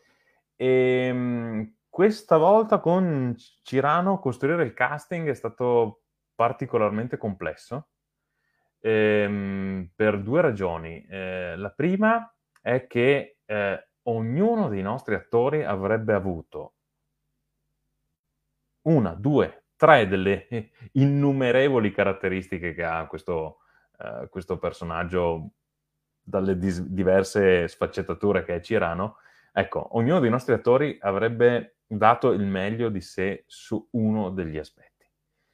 E questa volta con Cyrano costruire il casting è stato particolarmente complesso per 2 ragioni. La prima è che ognuno dei nostri attori avrebbe avuto una, due, tre delle innumerevoli caratteristiche che ha questo personaggio dalle diverse sfaccettature che è Cirano. Ecco, ognuno dei nostri attori avrebbe dato il meglio di sé su uno degli aspetti.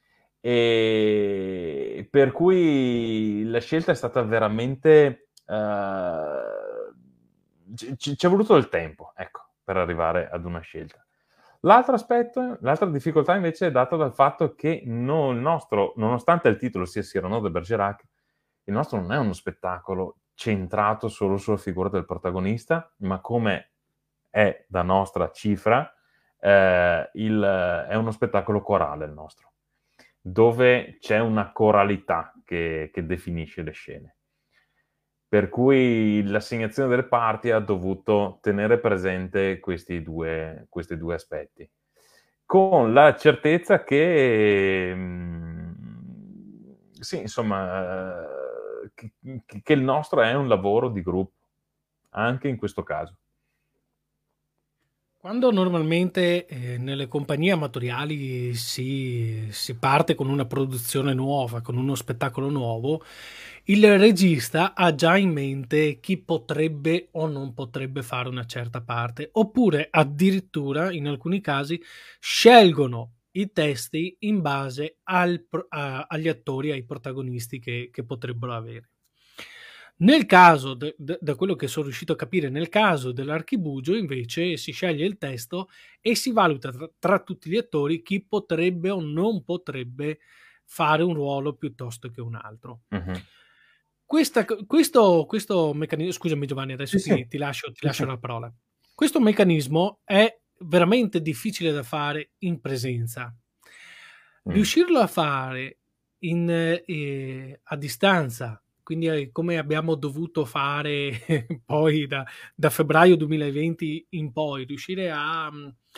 E per cui la scelta è stata veramente... ci è voluto del tempo, ecco, per arrivare ad una scelta. L'altro aspetto, l'altra difficoltà invece è data dal fatto che il nostro, nonostante il titolo sia Cyrano de Bergerac, il nostro non è uno spettacolo centrato solo sulla figura del protagonista, ma come è da nostra cifra, è uno spettacolo corale il nostro, dove c'è una coralità che definisce le scene. Per cui l'assegnazione delle parti ha dovuto tenere presente questi due aspetti, con la certezza che, sì, insomma, che il nostro è un lavoro di gruppo, anche in questo caso. Quando normalmente nelle compagnie amatoriali si parte con una produzione nuova, con uno spettacolo nuovo, il regista ha già in mente chi potrebbe o non potrebbe fare una certa parte, oppure addirittura in alcuni casi scelgono i testi in base agli attori, ai protagonisti che potrebbero avere. Nel caso, da quello che sono riuscito a capire, nel caso dell'Archibugio invece si sceglie il testo e si valuta tra tutti gli attori chi potrebbe o non potrebbe fare un ruolo piuttosto che un altro. Uh-huh. Questo meccanismo, scusami Giovanni, adesso ti lascio la parola. Questo meccanismo è veramente difficile da fare in presenza. Riuscirlo a fare a distanza, quindi come abbiamo dovuto fare poi da febbraio 2020 in poi, riuscire a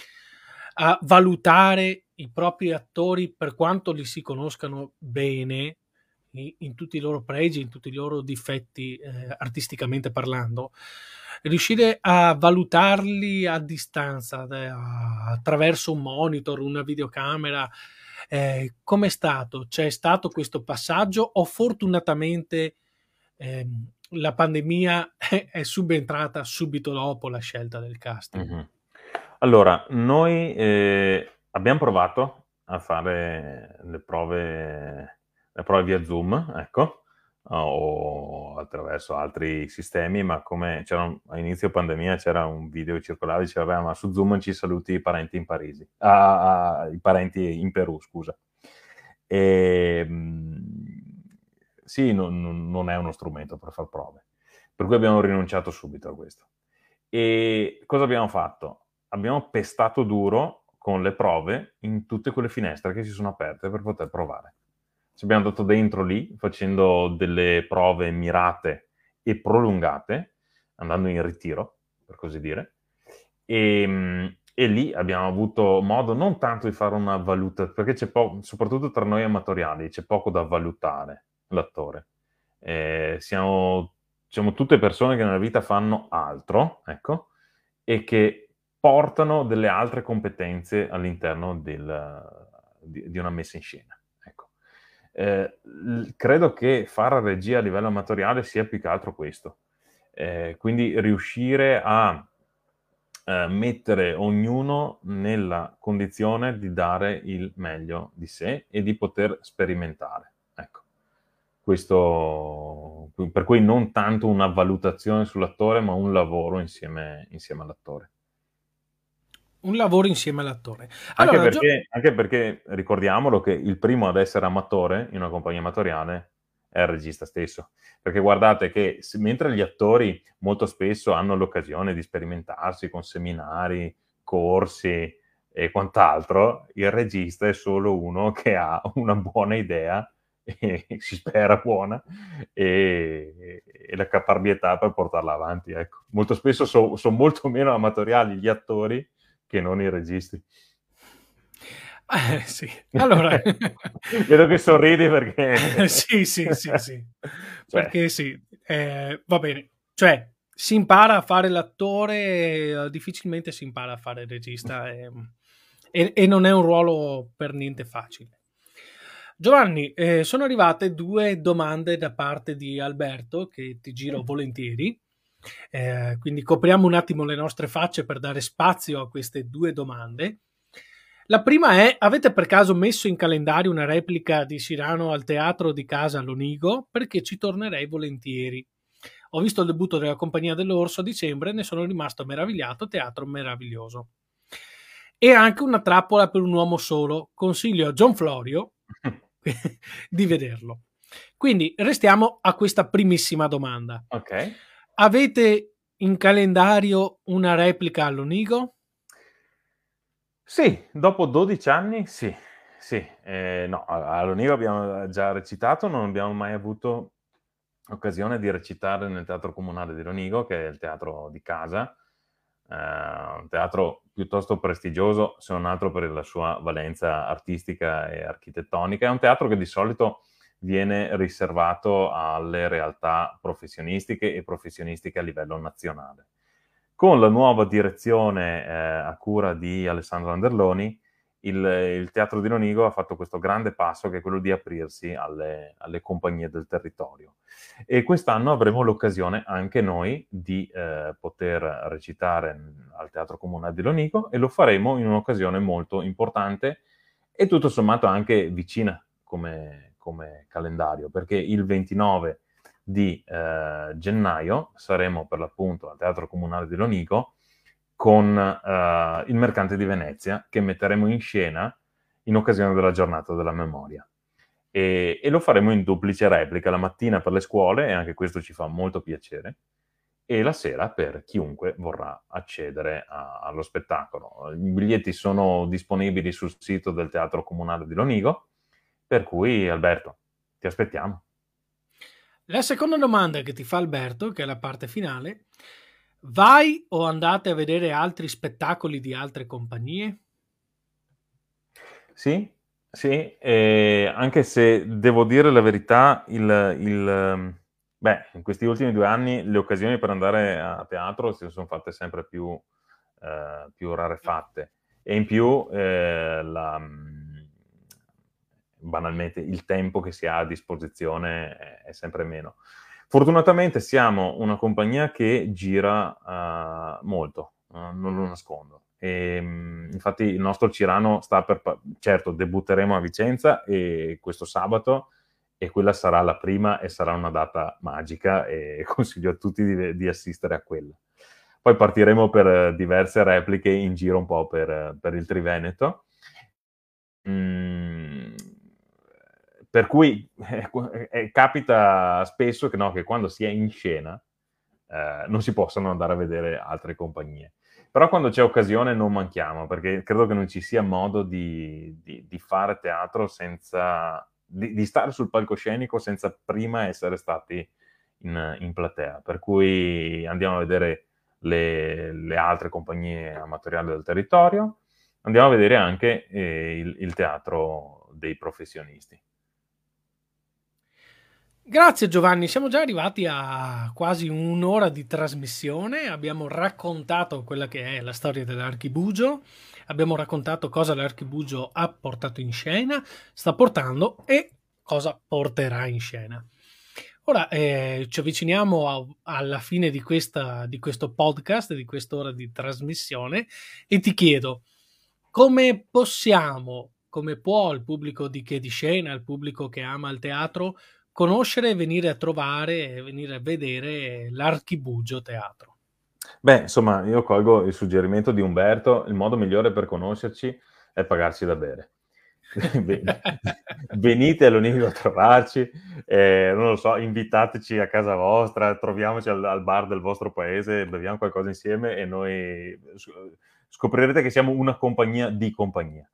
valutare i propri attori per quanto li si conoscano bene, in tutti i loro pregi, in tutti i loro difetti artisticamente parlando, riuscire a valutarli a distanza attraverso un monitor, una videocamera, com'è stato? C'è stato questo passaggio o fortunatamente la pandemia è subentrata subito dopo la scelta del casting? Uh-huh. Allora, noi abbiamo provato a fare le prove via Zoom, ecco, o attraverso altri sistemi, ma come a inizio pandemia c'era un video che circolava e diceva ma su Zoom ci saluti i parenti in Parisi, i parenti in Perù, scusa. Sì, non è uno strumento per far prove, per cui abbiamo rinunciato subito a questo. E cosa abbiamo fatto? Abbiamo pestato duro con le prove in tutte quelle finestre che si sono aperte per poter provare. Ci abbiamo dato dentro lì, facendo delle prove mirate e prolungate, andando in ritiro, per così dire, e lì abbiamo avuto modo non tanto di fare una valutazione, perché c'è soprattutto tra noi amatoriali, c'è poco da valutare l'attore. Siamo tutte persone che nella vita fanno altro, ecco, e che portano delle altre competenze all'interno di una messa in scena. Ecco. Credo che fare regia a livello amatoriale sia più che altro questo. Quindi riuscire a mettere ognuno nella condizione di dare il meglio di sé e di poter sperimentare. Ecco. Questo, per cui non tanto una valutazione sull'attore, ma un lavoro insieme all'attore. Un lavoro insieme all'attore. Allora, anche perché ricordiamolo che il primo ad essere amatore in una compagnia amatoriale è il regista stesso. Perché guardate che mentre gli attori molto spesso hanno l'occasione di sperimentarsi con seminari, corsi e quant'altro, il regista è solo uno che ha una buona idea, e si spera buona, e la caparbietà per portarla avanti. Ecco. Molto spesso sono molto meno amatoriali gli attori che non i registi. Sì. Allora, vedo che sorridi perché sì. Perché sì, va bene. Cioè, si impara a fare l'attore, difficilmente si impara a fare il regista e non è un ruolo per niente facile. Giovanni, sono arrivate 2 domande da parte di Alberto che ti giro volentieri, quindi copriamo un attimo le nostre facce per dare spazio a queste 2 domande. La prima è: avete per caso messo in calendario una replica di Cyrano al teatro di casa Lonigo? Perché ci tornerei volentieri. Ho visto il debutto della Compagnia dell'Orso a dicembre e ne sono rimasto meravigliato, teatro meraviglioso. E anche una trappola per un uomo solo. Consiglio a John Florio di vederlo. Quindi restiamo a questa primissima domanda. Ok. Avete in calendario una replica a Lonigo? Sì, dopo 12 anni sì. No, a Lonigo abbiamo già recitato, non abbiamo mai avuto occasione di recitare nel Teatro Comunale di Lonigo, che è il teatro di casa, un teatro piuttosto prestigioso, se non altro per la sua valenza artistica e architettonica. È un teatro che di solito viene riservato alle realtà professionistiche e professionistiche a livello nazionale. Con la nuova direzione a cura di Alessandro Anderloni, il Teatro di Lonigo ha fatto questo grande passo, che è quello di aprirsi alle compagnie del territorio. E quest'anno avremo l'occasione anche noi di poter recitare al Teatro Comunale di Lonigo, e lo faremo in un'occasione molto importante e tutto sommato anche vicina come calendario, perché il 29 di gennaio saremo per l'appunto al Teatro Comunale di Lonigo con Il Mercante di Venezia, che metteremo in scena in occasione della Giornata della Memoria. E lo faremo in duplice replica: la mattina per le scuole, e anche questo ci fa molto piacere, e la sera per chiunque vorrà accedere allo spettacolo. I biglietti sono disponibili sul sito del Teatro Comunale di Lonigo, per cui Alberto, ti aspettiamo. La seconda domanda che ti fa Alberto, che è la parte finale: vai o andate a vedere altri spettacoli di altre compagnie? Sì, anche se devo dire la verità, in questi ultimi 2 anni le occasioni per andare a teatro si sono fatte sempre più rarefatte, e in più banalmente il tempo che si ha a disposizione è sempre meno. Fortunatamente siamo una compagnia che gira molto, non lo nascondo. Infatti il nostro Cyrano certo, debutteremo a Vicenza questo sabato, e quella sarà la prima e sarà una data magica, e consiglio a tutti di assistere a quella. Poi partiremo per diverse repliche in giro un po' per il Triveneto. Per cui capita spesso che quando si è in scena non si possano andare a vedere altre compagnie. Però quando c'è occasione non manchiamo, perché credo che non ci sia modo di fare teatro senza di stare sul palcoscenico senza prima essere stati in platea. Per cui andiamo a vedere le altre compagnie amatoriali del territorio, andiamo a vedere anche il teatro dei professionisti. Grazie Giovanni, siamo già arrivati a quasi un'ora di trasmissione. Abbiamo raccontato quella che è la storia dell'Archibugio, abbiamo raccontato cosa l'Archibugio ha portato in scena, sta portando e cosa porterà in scena. Ora ci avviciniamo alla fine di questo podcast, di quest'ora di trasmissione, e ti chiedo: come può il pubblico di Che di Scena, il pubblico che ama il teatro, conoscere, venire a trovare e venire a vedere l'Archibugio Teatro? Beh, insomma, io colgo il suggerimento di Umberto: il modo migliore per conoscerci è pagarci da bere. Venite a Lonigo a trovarci, non lo so, invitateci a casa vostra, troviamoci al bar del vostro paese, beviamo qualcosa insieme e noi scoprirete che siamo una compagnia di compagnia.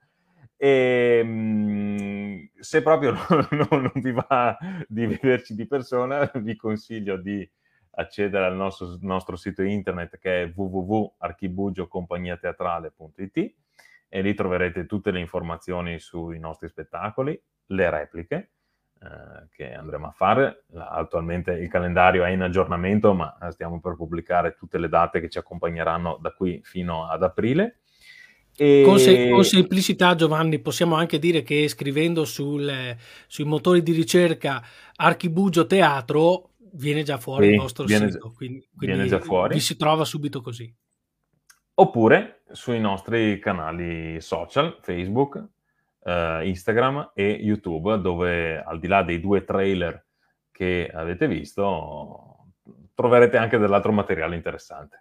E se proprio non vi va di vederci di persona, vi consiglio di accedere al nostro sito internet, che è www.archibugiocompagniateatrale.it, e lì troverete tutte le informazioni sui nostri spettacoli, le repliche, che andremo a fare. Attualmente il calendario è in aggiornamento, ma stiamo per pubblicare tutte le date che ci accompagneranno da qui fino ad aprile. Con semplicità, Giovanni, possiamo anche dire che scrivendo sui motori di ricerca Archibugio Teatro viene già fuori il vostro sito, quindi viene già fuori. Vi si trova subito così. Oppure sui nostri canali social, Facebook, Instagram e YouTube, dove al di là dei 2 trailer che avete visto, troverete anche dell'altro materiale interessante.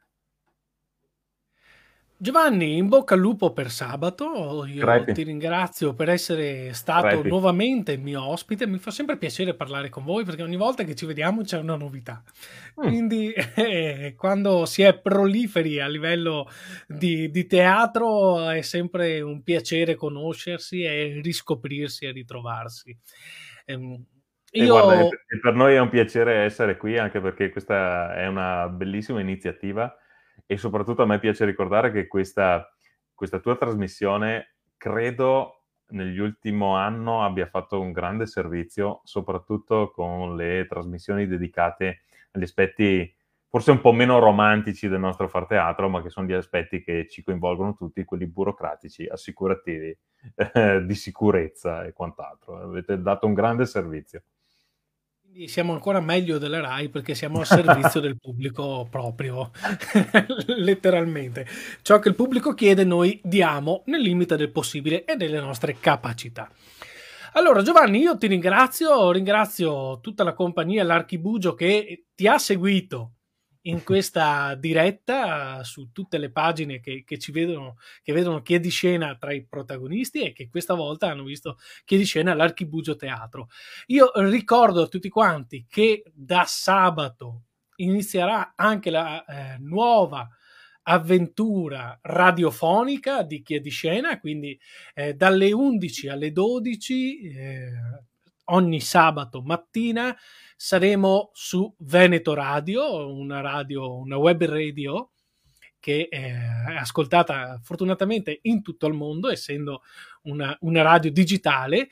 Giovanni, in bocca al lupo per sabato. Io ti ringrazio per essere stato nuovamente il mio ospite. Mi fa sempre piacere parlare con voi, perché ogni volta che ci vediamo c'è una novità. Quindi quando si è proliferi a livello di teatro è sempre un piacere conoscersi e riscoprirsi e ritrovarsi. Guarda, per noi è un piacere essere qui, anche perché questa è una bellissima iniziativa. E soprattutto a me piace ricordare che questa tua trasmissione, credo, nell'ultimo anno abbia fatto un grande servizio, soprattutto con le trasmissioni dedicate agli aspetti forse un po' meno romantici del nostro far teatro, ma che sono gli aspetti che ci coinvolgono tutti, quelli burocratici, assicurativi, di sicurezza e quant'altro. Avete dato un grande servizio. Siamo ancora meglio della RAI, perché siamo al servizio del pubblico proprio, letteralmente. Ciò che il pubblico chiede noi diamo nel limite del possibile e delle nostre capacità. Allora Giovanni, io ti ringrazio tutta la compagnia, l'Archibugio, che ti ha seguito in questa diretta su tutte le pagine che ci vedono, che vedono Chi è di scena tra i protagonisti, e che questa volta hanno visto Chi è di scena all'Archibugio Teatro. Io ricordo a tutti quanti che da sabato inizierà anche la nuova avventura radiofonica di Chi è di scena, quindi dalle 11 alle 12 ogni sabato mattina saremo su Veneto Radio, una web radio che è ascoltata fortunatamente in tutto il mondo, essendo una radio digitale.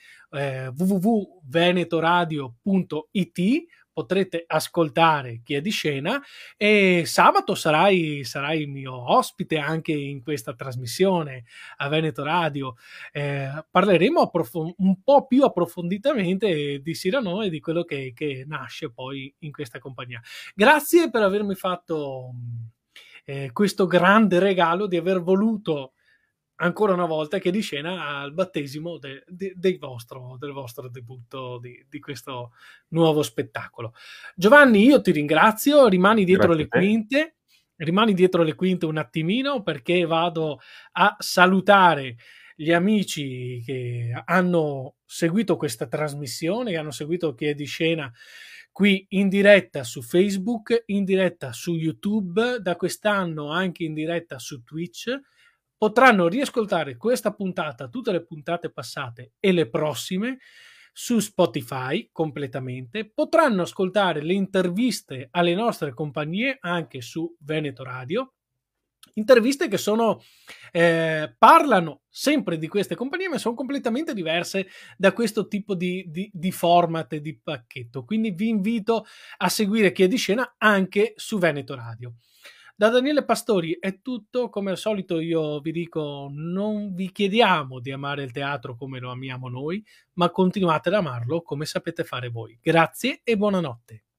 www.venetoradio.it potrete ascoltare Chi è di scena, e sabato sarai il mio ospite anche in questa trasmissione a Veneto Radio. Parleremo un po' più approfonditamente di Cyrano e di quello che nasce poi in questa compagnia. Grazie per avermi fatto questo grande regalo di aver voluto ancora una volta Chi è di scena al battesimo del vostro debutto di questo nuovo spettacolo. Giovanni, io ti ringrazio, rimani dietro le quinte un attimino, perché vado a salutare gli amici che hanno seguito questa trasmissione, che hanno seguito Chi è di scena qui in diretta su Facebook, in diretta su YouTube, da quest'anno anche in diretta su Twitch. Potranno riascoltare questa puntata, tutte le puntate passate e le prossime su Spotify completamente. Potranno ascoltare le interviste alle nostre compagnie anche su Veneto Radio. Interviste che parlano sempre di queste compagnie, ma sono completamente diverse da questo tipo di format e di pacchetto. Quindi vi invito a seguire Chi è di scena anche su Veneto Radio. Da Daniele Pastori è tutto. Come al solito io vi dico: non vi chiediamo di amare il teatro come lo amiamo noi, ma continuate ad amarlo come sapete fare voi. Grazie e buonanotte.